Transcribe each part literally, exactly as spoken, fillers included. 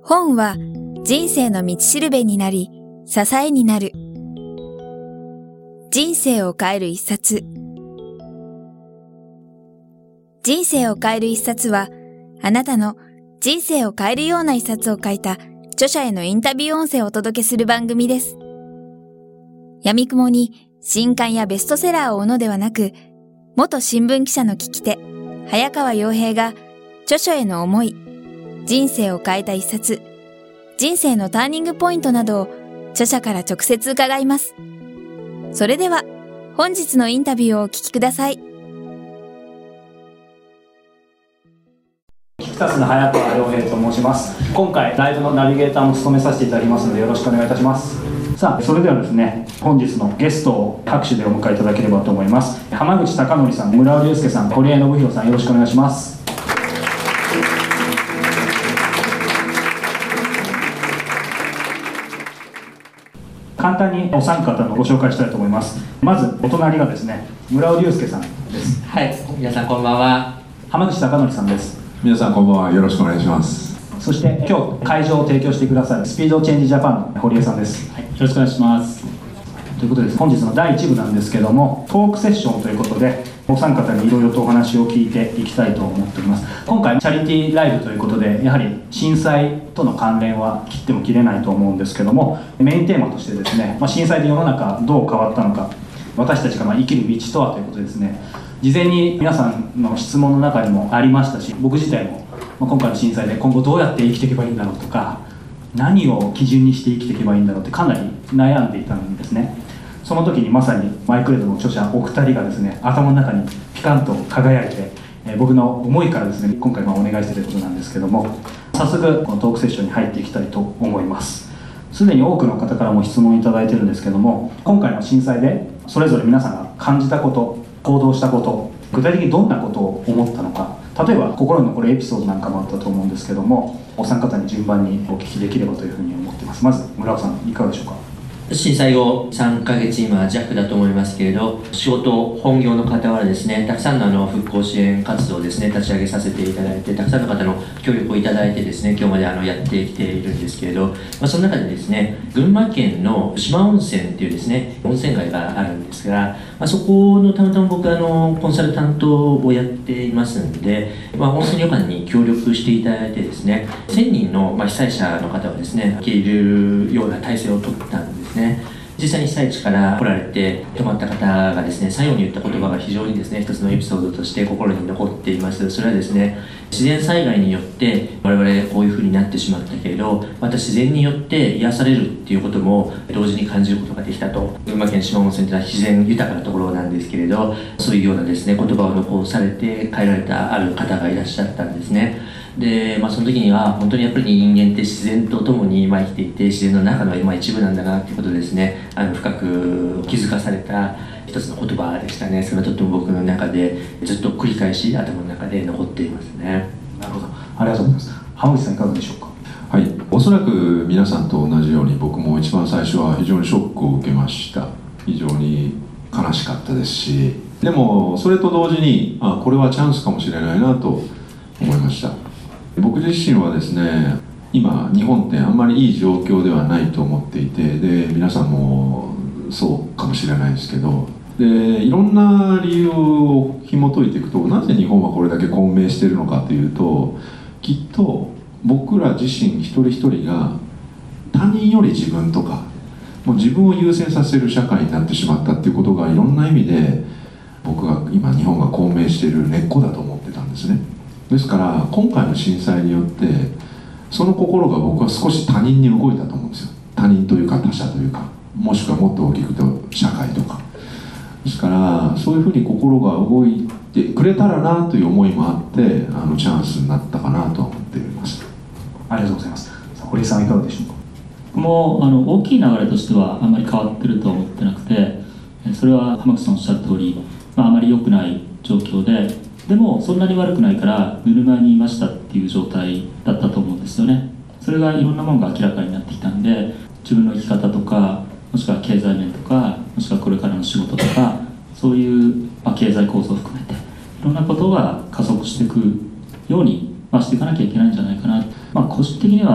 本は人生の道しるべになり、支えになる。人生を変える一冊。人生を変える一冊は、あなたの人生を変えるような一冊を書いた著者へのインタビュー音声をお届けする番組です。闇雲に新刊やベストセラーを追うのではなく、元新聞記者の聞き手、早川洋平が著書への思い、人生を変えた一冊、人生のターニングポイントなどを著者から直接伺います。それでは本日のインタビューをお聞きください。 キクタスの早川洋平と申します。今回ライブのナビゲーターも務めさせていただきますのでよろしくお願いいたします。さあ、それではですね、本日のゲストを拍手でお迎えいただければと思います。浜口貴則さん、村尾龍介さん、堀江信弘さん、よろしくお願いします。簡単にお三方のご紹介したいと思います。まずお隣がですね、村尾龍介さんです。 はい、皆さんこんばんは。 浜口貴則さんです。 皆さんこんばんは、よろしくお願いします。 そして今日会場を提供してくださるスピードチェンジジャパンの堀江さんです。 はい、よろしくお願いします。 ということで本日のだいいち部なんですけども、トークセッションということでお三方にいろいろとお話を聞いていきたいと思っております。今回チャリティーライブということで、やはり震災との関連は切っても切れないと思うんですけども、メインテーマとしてですね、まあ、震災で世の中どう変わったのか、私たちがまあ生きる道とはということでですね、事前に皆さんの質問の中にもありましたし、僕自体も今回の震災で今後どうやって生きていけばいいんだろうとか、何を基準にして生きていけばいいんだろうってかなり悩んでいたんですね。その時にまさにマイクレードの著者お二人がですね、頭の中にピカンと輝いて、えー、僕の思いからですね、今回まあお願いしていることなんですけども、早速このトークセッションに入っていきたいと思います。すでに多くの方からも質問いただいているんですけども、今回の震災でそれぞれ皆さんが感じたこと、行動したこと、具体的にどんなことを思ったのか、例えば心に残るエピソードなんかもあったと思うんですけども、お三方に順番にお聞きできればというふうに思っています。まず村尾さん、いかがでしょうか。 震災後さんかげつ今弱だと思いますけれど、仕事本業の傍らですね、たくさんのあの復興支援活動をですね立ち上げさせていただいて、たくさんの方の協力をいただいてですね、今日まであのやってきているんですけれど、まあ、その中でですね、群馬県の四万温泉っていうですね温泉街があるんですが、まあ、そこのたまたま僕あのコンサルタントをやっていますので、まあ、温泉旅館に協力していただいてですね、せんにんのまあ被災者の方をですね受け入れるような体制を取ったんですね。実際に被災地から来られて泊まった方がですね、最後に言った言葉が非常にですね一つのエピソードとして心に残っています。それはですね、自然災害によって我々こういう風になってしまったけれど、また自然によって癒されるっていうことも同時に感じることができたと。群馬県四万温泉というのは自然豊かなところなんですけれど、そういうようなですね言葉を残されて帰られたある方がいらっしゃったんですね。で、まあ、その時には本当にやっぱり人間って自然と共にまあ生きていて、自然の中のまあ一部なんだなということでですね、あの深く気づかされた一つの言葉でしたね。それはとっても僕の中でずっと繰り返し頭の中で残っていますね。 なるほど、ありがとうございます。浜口さんいかがでしょうか。 はい、おそらく皆さんと同じように僕も一番最初は非常にショックを受けました。非常に悲しかったですし、でもそれと同時にあこれはチャンスかもしれないなと思いました。僕自身はですね、今日本ってあんまりいい状況ではないと思っていて、で皆さんもそうかもしれないですけど、でいろんな理由を紐解いていくと、なぜ日本はこれだけ混迷しているのかというと、きっと僕ら自身一人一人が他人より自分とかもう自分を優先させる社会になってしまったっていうことがいろんな意味で僕が今日本が混迷している根っこだと思ってたんですね。ですから今回の震災によってその心が僕は少し他人に動いたと思うんですよ。他人というか他者というか、もしくはもっと大きくと社会とかですから、そういうふうに心が動いてくれたらなという思いもあって、あのチャンスになったかなと思っています。 ありがとうございます。堀江さんいかがでしょうか。 僕もあの大きい流れとしてはあんまり変わってるとは思ってなくて、それは浜口さんおっしゃる通り、まあ、あまり良くない状況で、でもそんなに悪くないからぬるま湯にいましたっていう状態だったと思うんですよね。それがいろんなものが明らかになってきたんで、自分の生き方とか、もしくは経済面とか、もしくはこれからの仕事とか、そういう、まあ、経済構造を含めていろんなことが加速していくように、まあ、していかなきゃいけないんじゃないかな。まあ、個人的には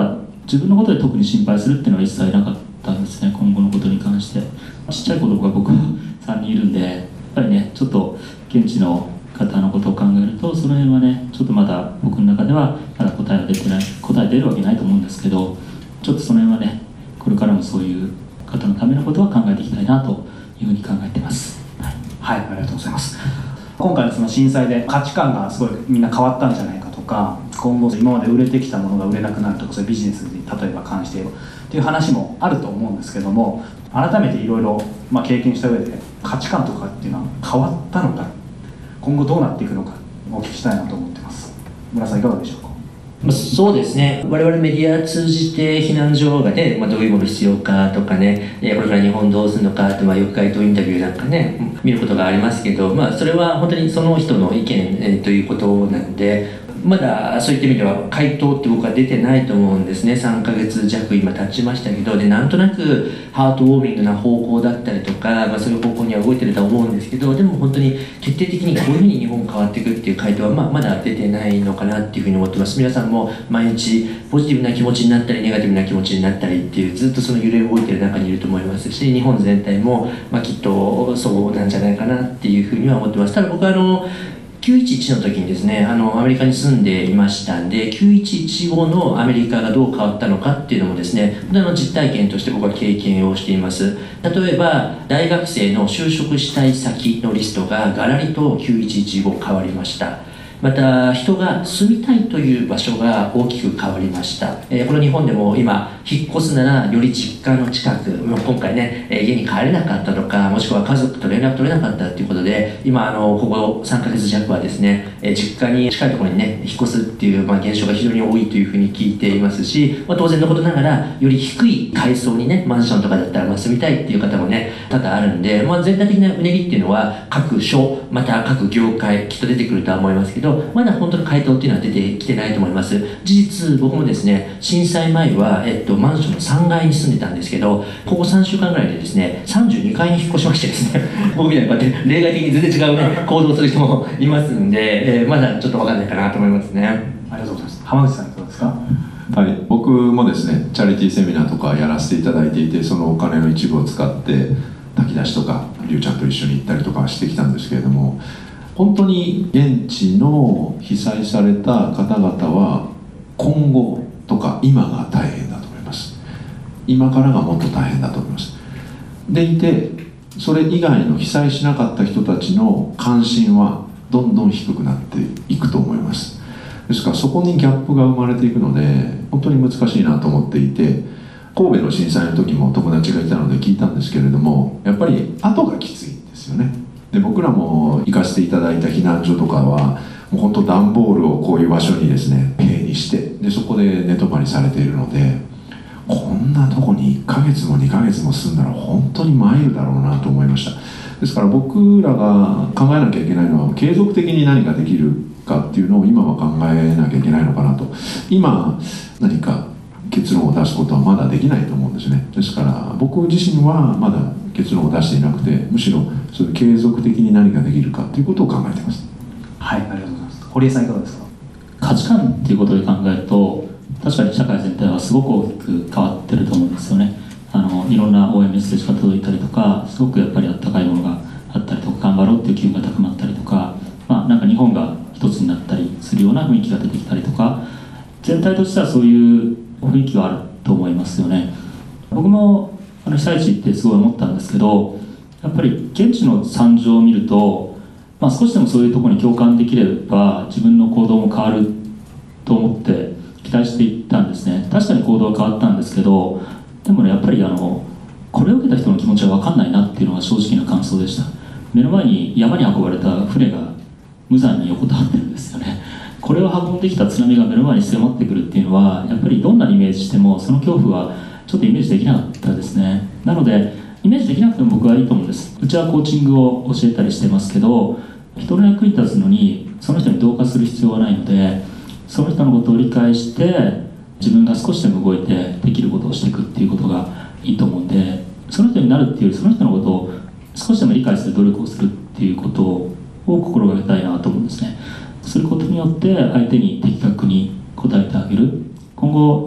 自分のことで特に心配するっていうのは一切なかったんですね。今後のことに関してちっちゃい子供が僕はさんにんいるんで、やっぱりねちょっと現地の方のことを考えるとその辺はねちょっとまだ僕の中ではまだ答えが出てない、答え出るわけないと思うんですけど、ちょっとその辺はねこれからもそういう方のためのことは考えていきたいなというふうに考えています。はい、 はい、ありがとうございます。今回のその震災で価値観がすごいみんな変わったんじゃないかとか、今後今まで売れてきたものが売れなくなるとか、そういうビジネスに例えば関してっていう話もあると思うんですけども、改めていろいろ経験した上で価値観とかっていうのは変わったのか、今後どうなっていくのかお聞きしたいなと思ってます。村さんいかがでしょうか。 そうですね、我々メディア通じて避難所がね、まあ、どういうもの必要かとかね、これから日本どうするのかって、まあ、よく街頭インタビューなんかね見ることがありますけど、まあ、それは本当にその人の意見、えー、ということなんで、まだそういった意味では回答って僕は出てないと思うんですね。さんかげつじゃく今経ちましたけど、でなんとなくハートウォーミングな方向だったりとか、まあ、そういう方向には動いてると思うんですけど、でも本当に徹底的にこういうふうに日本変わっていくっていう回答は、まあ、まだ出てないのかなっていうふうに思ってます。皆さんも毎日ポジティブな気持ちになったりネガティブな気持ちになったりっていう、ずっとその揺れ動いてる中にいると思いますし、日本全体も、まあ、きっとそうなんじゃないかなっていうふうには思ってます。ただ僕はあのきゅういちいちの時にですね、あのアメリカに住んでいましたんで、きゅういちいち後のアメリカがどう変わったのかっていうのもですね、あの実体験として僕は経験をしています。例えば大学生の就職したい先のリストがガラリときゅういちいち後変わりました。また人が住みたいという場所が大きく変わりました。えー、この日本でも今引っ越すならより実家の近く、今回ね家に帰れなかったとか、もしくは家族と連絡取れなかったということで、今あのここさんかげつじゃくはですね、えー、実家に近いところにね引っ越すっていう、まあ、現象が非常に多いというふうに聞いていますし、まあ、当然のことながらより低い階層にねマンションとかだったらまあ住みたいっていう方もね多々あるんで、まあ、全体的なうねりっていうのは各所また各業界きっと出てくるとは思いますけど、まだ本当の回答っていうのは出てきてないと思います。事実僕もですね震災前は、えっと、マンションのさんがいに住んでたんですけど、ここさんしゅうかんぐらいでですねさんじゅうにかいに引っ越しましてですね僕みたいにこうやって例外的に全然違うね行動する人もいますんで、えー、まだちょっと分かんないかなと思いますね。 ありがとうございます。浜口さんいかがですか。 はい、僕もですねチャリティーセミナーとかやらせていただいていて、そのお金の一部を使って炊き出しとかりゅうちゃんと一緒に行ったりとかしてきたんですけれども、本当に現地の被災された方々は今後とか今が大変だと思います。今からがもっと大変だと思います。でいてそれ以外の被災しなかった人たちの関心はどんどん低くなっていくと思います。ですからそこにギャップが生まれていくので本当に難しいなと思っていて、神戸の震災の時も友達がいたので聞いたんですけれども、やっぱり後がきついんですよね。で僕らも行かせていただいた避難所とかはもう本当段ボールをこういう場所にですね塀にして、でそこで寝泊まりされているので、こんなとこにいっかげつもにかげつも住んだら本当に参るだろうなと思いました。ですから僕らが考えなきゃいけないのは継続的に何ができるかっていうのを今は考えなきゃいけないのかなと。今何か結論を出すことはまだできないと思うんですね。ですから僕自身はまだ結論を出していなくて、むしろそういう継続的に何ができるかということを考えています。 はい、ありがとうございます。堀江さんいかがですか。 価値観っていうことで考えると確かに社会全体はすごく大きく変わってると思うんですよね。あのいろんな応援メッセージが届いたりとか、すごくやっぱりあったかいものがあったりとか、頑張ろうっていう機運が高まったりとか、まあ、なんか日本が一つになったりするような雰囲気が出てきたりとか、全体としてはそういう雰囲気があると思いますよね。僕もあの被災地ってすごい思ったんですけど、やっぱり現地の惨状を見ると、まあ、少しでもそういうところに共感できれば自分の行動も変わると思って期待していったんですね。確かに行動は変わったんですけど、でもねやっぱりあのこれを受けた人の気持ちは分かんないなっていうのが正直な感想でした。目の前に山に運ばれた船が無残に横たわってるんですよね。これを運んできた津波が目の前に迫ってくるっていうのは、やっぱりどんなにイメージしてもその恐怖はちょっとイメージできなかったですね。なのでイメージできなくても僕はいいと思うんです。うちはコーチングを教えたりしてますけど、人の役に立つのにその人に同化する必要はないので、その人のことを理解して自分が少しでも動いてできることをしていくっていうことがいいと思うんで、その人になるっていうよりその人のことを少しでも理解する努力をするっていうことを心がけたいなと思うんですね。することによって相手に的確に答えてあげる。今後ど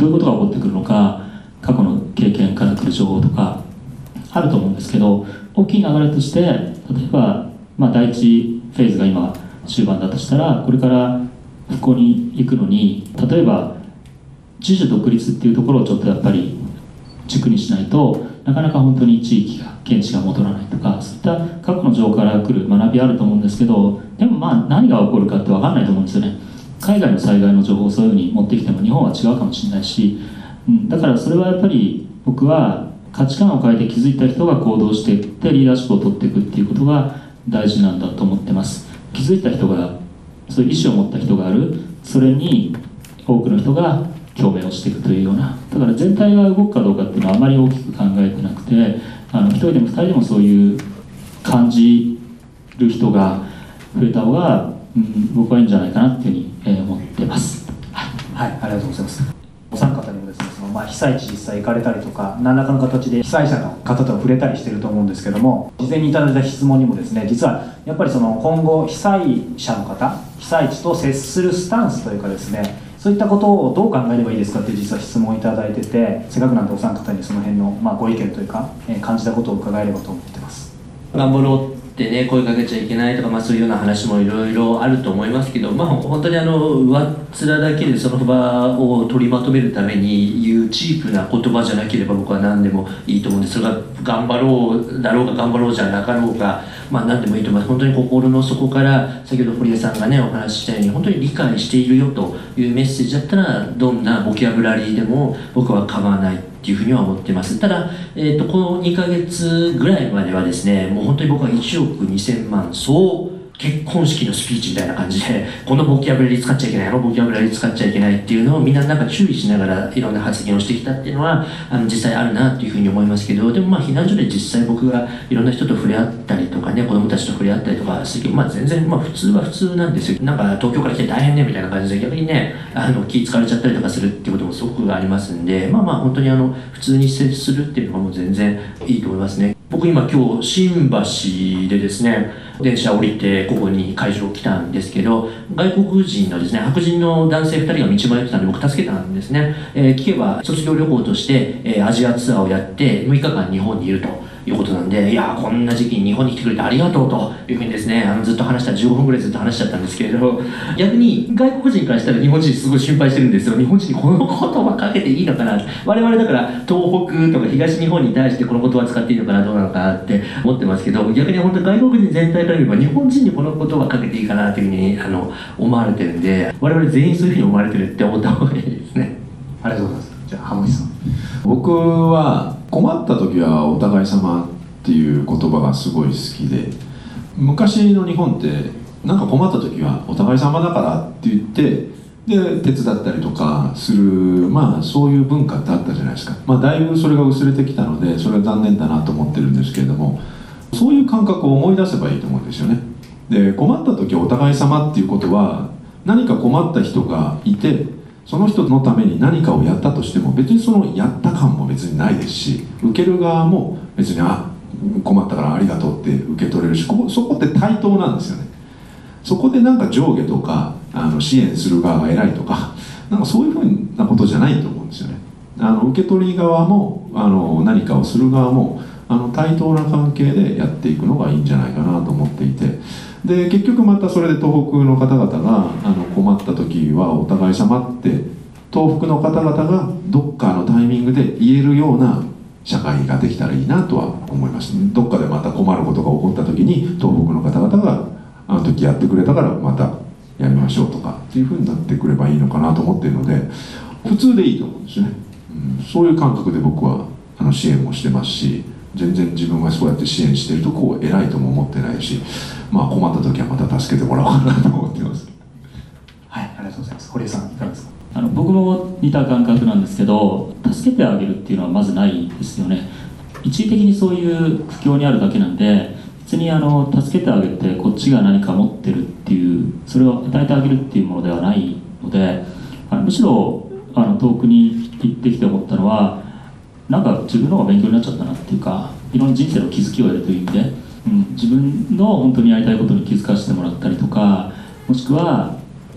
どういうことが起こってくるのか、過去の経験から来る情報とかあると思うんですけど、大きい流れとして例えば、まあ、第一フェーズが今終盤だとしたら、これから復興に行くのに、例えば自主独立っていうところをちょっとやっぱり軸にしないとなかなか本当に地域が見地が戻らないとか、そういった過去の情報から来る学びあると思うんですけど、でもまあ何が起こるかって分かんないと思うんですよね。海外の災害の情報をそういうふうに持ってきても日本は違うかもしれないし、うん、だからそれはやっぱり僕は価値観を変えて気づいた人が行動していってリーダーシップを取っていくっていうことが大事なんだと思ってます。気づいた人が、そういう意思を持った人がある、それに多くの人が共鳴をしていくというような、だから全体が動くかどうかっていうのはあまり大きく考えてなくて、あの一人でも二人でもそういう感じる人が増えた方が、うん、僕はいいんじゃないかなっていうふうに、えー、思ってます。 はい、はい、ありがとうございます。お三方にもですね、そのまあ被災地実際行かれたりとか、何らかの形で被災者の方と触れたりしてると思うんですけども、事前にいただいた質問にもですね、実はやっぱりその今後被災者の方、被災地と接するスタンスというかですね、そういったことをどう考えればいいですかっていう実は質問をいただいてて、せっかくなんでお三方にその辺のまあご意見というか、えー、感じたことを伺えればと思ってます。 頑張ろうってね、声かけちゃいけないとか、まあ、そういうような話もいろいろあると思いますけど、まあ、本当にあの上っ面だけでその場を取りまとめるために言うチープな言葉じゃなければ僕は何でもいいと思うんです。それが頑張ろうだろうが頑張ろうじゃなかろうが、まあ、何でもいいと思います。本当に心の底から先ほど堀江さんがねお話ししたように本当に理解しているよというメッセージだったらどんなボキャブラリーでも僕は構わないっていうふうには思ってます。ただ、えー、とこのにかげつぐらいまではですね、もう本当に僕はいちおくにせんまん総結婚式のスピーチみたいな感じで、このボキャブラリー使っちゃいけない、あのボキャブラリー使っちゃいけないっていうのをみんななんか注意しながらいろんな発言をしてきたっていうのはあの実際あるなっていうふうに思いますけど、でもまあ避難所で実際僕がいろんな人と触れ合ったりとかね、子供たちと触れ合ったりとかするけど、まあ全然まあ普通は普通なんですよ。なんか東京から来て大変ねみたいな感じで逆にね、あの気使われちゃったりとかするっていうこともすごくありますんで、まあまあ本当にあの普通に接するっていうのはもう全然いいと思いますね。僕今今日新橋でですね、電車降りてここに会場来たんですけど、外国人のですね白人の男性ふたりが道迷ってたんで僕助けたんですね。えー、聞けば卒業旅行として、えー、アジアツアーをやってむいかかん日本にいるということなんで、いやーこんな時期に日本に来てくれてありがとうというふうにですね、あのずっと話したじゅうごふんぐらいずっと話しちゃったんですけれど、逆に外国人からしたら日本人すごい心配してるんですよ。日本人にこの言葉かけていいのかな、我々だから東北とか東日本に対してこの言葉使っていいのかなどうなのかなって思ってますけど、逆に本当に外国人全体から見れば日本人にこの言葉かけていいかなというふうにあの思われてるんで、我々全員そういうふうに思われてるって思った方がいいですね。 ありがとうございます。じゃあ浜口さん。 僕は困った時はお互い様っていう言葉がすごい好きで、昔の日本ってなんか困った時はお互い様だからって言ってで手伝ったりとかする、まあそういう文化ってあったじゃないですか。まあだいぶそれが薄れてきたのでそれは残念だなと思ってるんですけれども、そういう感覚を思い出せばいいと思うんですよね。で困った時お互い様っていうことは、何か困った人がいてその人のために何かをやったとしても別にそのやった感も別にないですし、受ける側も別にあ困ったからありがとうって受け取れるし、ここそこって対等なんですよね。そこでなんか上下とかあの支援する側が偉いとかなんかそういうふうなことじゃないと思うんですよね。あの受け取り側もあの何かをする側もあの対等な関係でやっていくのがいいんじゃないかなと思っていて、で結局またそれで東北の方々があの困った時はお互い様って東北の方々がどっかのタイミングで言えるような社会ができたらいいなとは思います。どっかでまた困ることが起こった時に東北の方々があの時やってくれたからまたやりましょうとかっていう風になってくればいいのかなと思っているので、普通でいいと思うんですね。うん、そういう感覚で僕はあの支援もしてますし、全然自分がそうやって支援しているとこう偉いとも思ってないし、まあ困った時はまた助けてもらおうかなと思ってます。 はい、ありがとうございます。堀江さんいかがですか。 あの僕も似た感覚なんですけど、助けてあげるっていうのはまずないですよね。一時的にそういう苦境にあるだけなんで、別にあの助けてあげてこっちが何か持ってるっていうそれを与えてあげるっていうものではないので、あのむしろあの遠くに行ってきて思ったのは、なんか自分の方が勉強になっちゃったなっていうか、いろんな人生の気づきを得るという意味で、うん、自分の本当にやりたいことに気づかせてもらったりとか、もしくは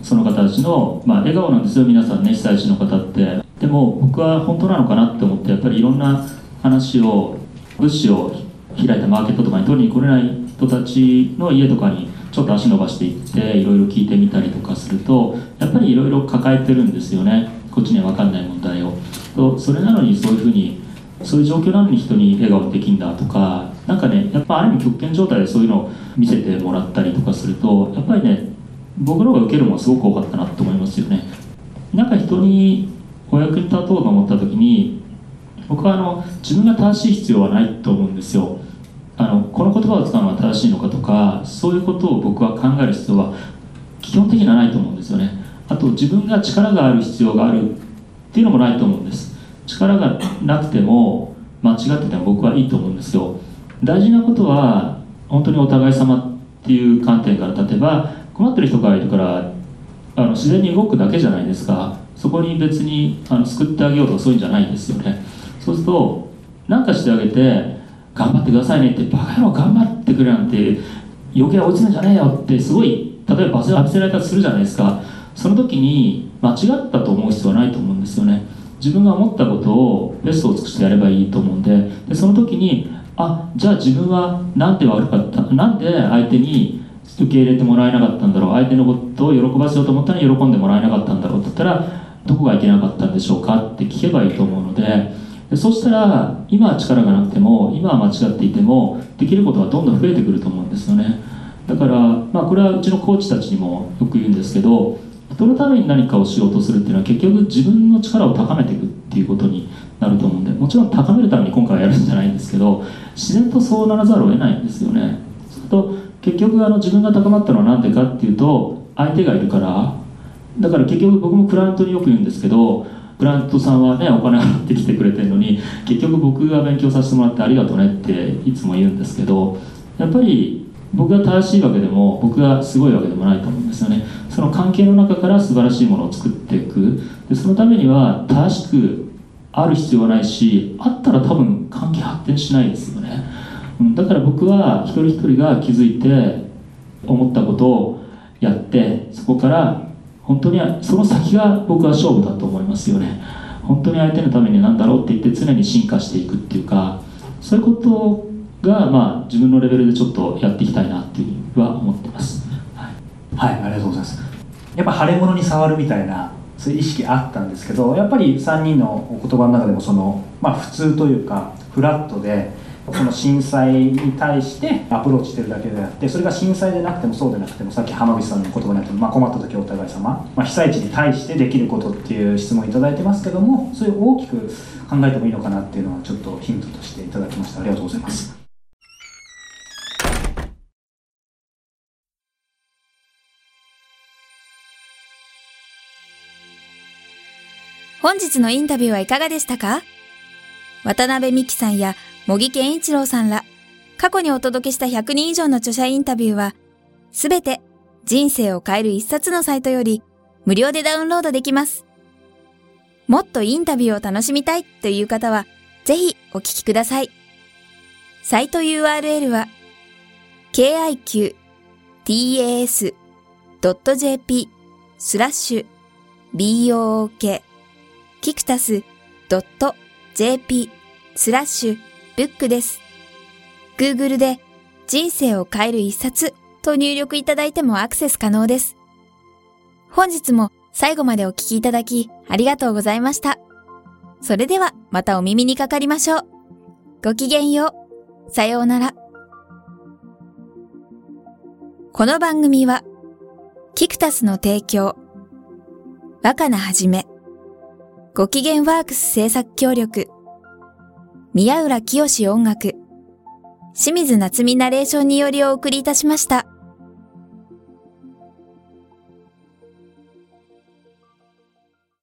その方たちの、まあ、笑顔なんですよ皆さんね、被災地の方って。でも僕は本当なのかなって思って、やっぱりいろんな話を、物資を開いたマーケットとかに取りに来れない人たちの家とかにちょっと足伸ばしていっていろいろ聞いてみたりとかすると、やっぱりいろいろ抱えてるんですよね、こっちには分かんない問題を。とそれなのにそういうふうに、そういう状況なのに人に笑顔できんだとか、なんかね、やっぱある意味極限状態でそういうのを見せてもらったりとかすると、やっぱりね、僕の方が受けるものがすごく多かったなと思いますよね。なんか人にお役に立とうと思った時に、僕はあの自分が正しい必要はないと思うんですよ。あのこの言葉を使うのは正しいのかとか、そういうことを僕は考える必要は基本的にはないと思うんですよね。あと自分が力がある必要があるっていうのもないと思うんです。力がなくても間違ってても僕はいいと思うんですよ。大事なことは本当にお互い様っていう観点から、例えば困ってる人がいるからあの自然に動くだけじゃないですか。そこに別にあの救ってあげようとかそういうんじゃないんですよね。そうすると何かしてあげて頑張ってくださいねって、バカ野郎頑張ってくれなんて余計追い詰めんじゃねえよってすごい例えば罰を浴びせられたりするじゃないですか。その時に間違ったと思う必要はないと思うんですよね。自分が思ったことをベストを尽くしてやればいいと思うんで、でその時にあじゃあ自分はなんで悪かった、なんで相手に受け入れてもらえなかったんだろう、相手のことを喜ばせようと思ったのに喜んでもらえなかったんだろうって言ったら、どこがいけなかったんでしょうかって聞けばいいと思うので、でそうしたら今は力がなくても、今は間違っていてもできることはどんどん増えてくると思うんですよね。だから、まあ、これはうちのコーチたちにもよく言うんですけど、人のために何かをしようとするっていうのは結局自分の力を高めていくっていうことになると思うんで、もちろん高めるために今回はやるんじゃないんですけど、自然とそうならざるを得ないんですよね。そうすると結局あの自分が高まったのは何でかっていうと、相手がいるから。だから結局僕もクライアントによく言うんですけど、クライアントさんはねお金払ってきてくれてるのに、結局僕が勉強させてもらってありがとうねっていつも言うんですけど、やっぱり僕が正しいわけでも僕がすごいわけでもないと思うんですよね。その関係の中から素晴らしいものを作っていく。でそのためには正しくある必要はないし、あったら多分関係発展しないですよね。だから僕は一人一人が気づいて思ったことをやって、そこから本当にその先が僕は勝負だと思いますよね。本当に相手のために何だろうって言って常に進化していくっていうか、そういうことがまあ自分のレベルでちょっとやっていきたいなっていうふうには思ってます。 はい、はい、ありがとうございます。やっぱ腫れ物に触るみたいなそういう意識あったんですけど、やっぱりさんにんのお言葉の中でもその、まあ、普通というかフラットで、その震災に対してアプローチしてるだけであって、それが震災でなくてもそうでなくても、さっき浜口さんの言葉にあった、まあ、困った時お互い様、まあ、被災地に対してできることっていう質問をいただいてますけども、そういう大きく考えてもいいのかなっていうのはちょっとヒントとしていただきました。ありがとうございます。 本日のインタビューはいかがでしたか？渡辺美希さんや茂木健一郎さんら、過去にお届けしたひゃくにん以上の著者インタビューは、すべて人生を変える一冊のサイトより無料でダウンロードできます。もっとインタビューを楽しみたいという方は、ぜひお聞きください。サイト ユーアールエル は ケーアイキューティーエーエスドットジェーピー スラッシュ ビーオーオーケー キクタス ドットジェーピー スラッシュブックです。Google で人生を変える一冊と入力いただいてもアクセス可能です。本日も最後までお聞きいただきありがとうございました。それではまたお耳にかかりましょう。ごきげんよう。さようなら。この番組はキクタスの提供、若菜はじめ、ごきげんワークス制作協力、宮浦清志音楽、清水夏美ナレーションによりお送りいたしました。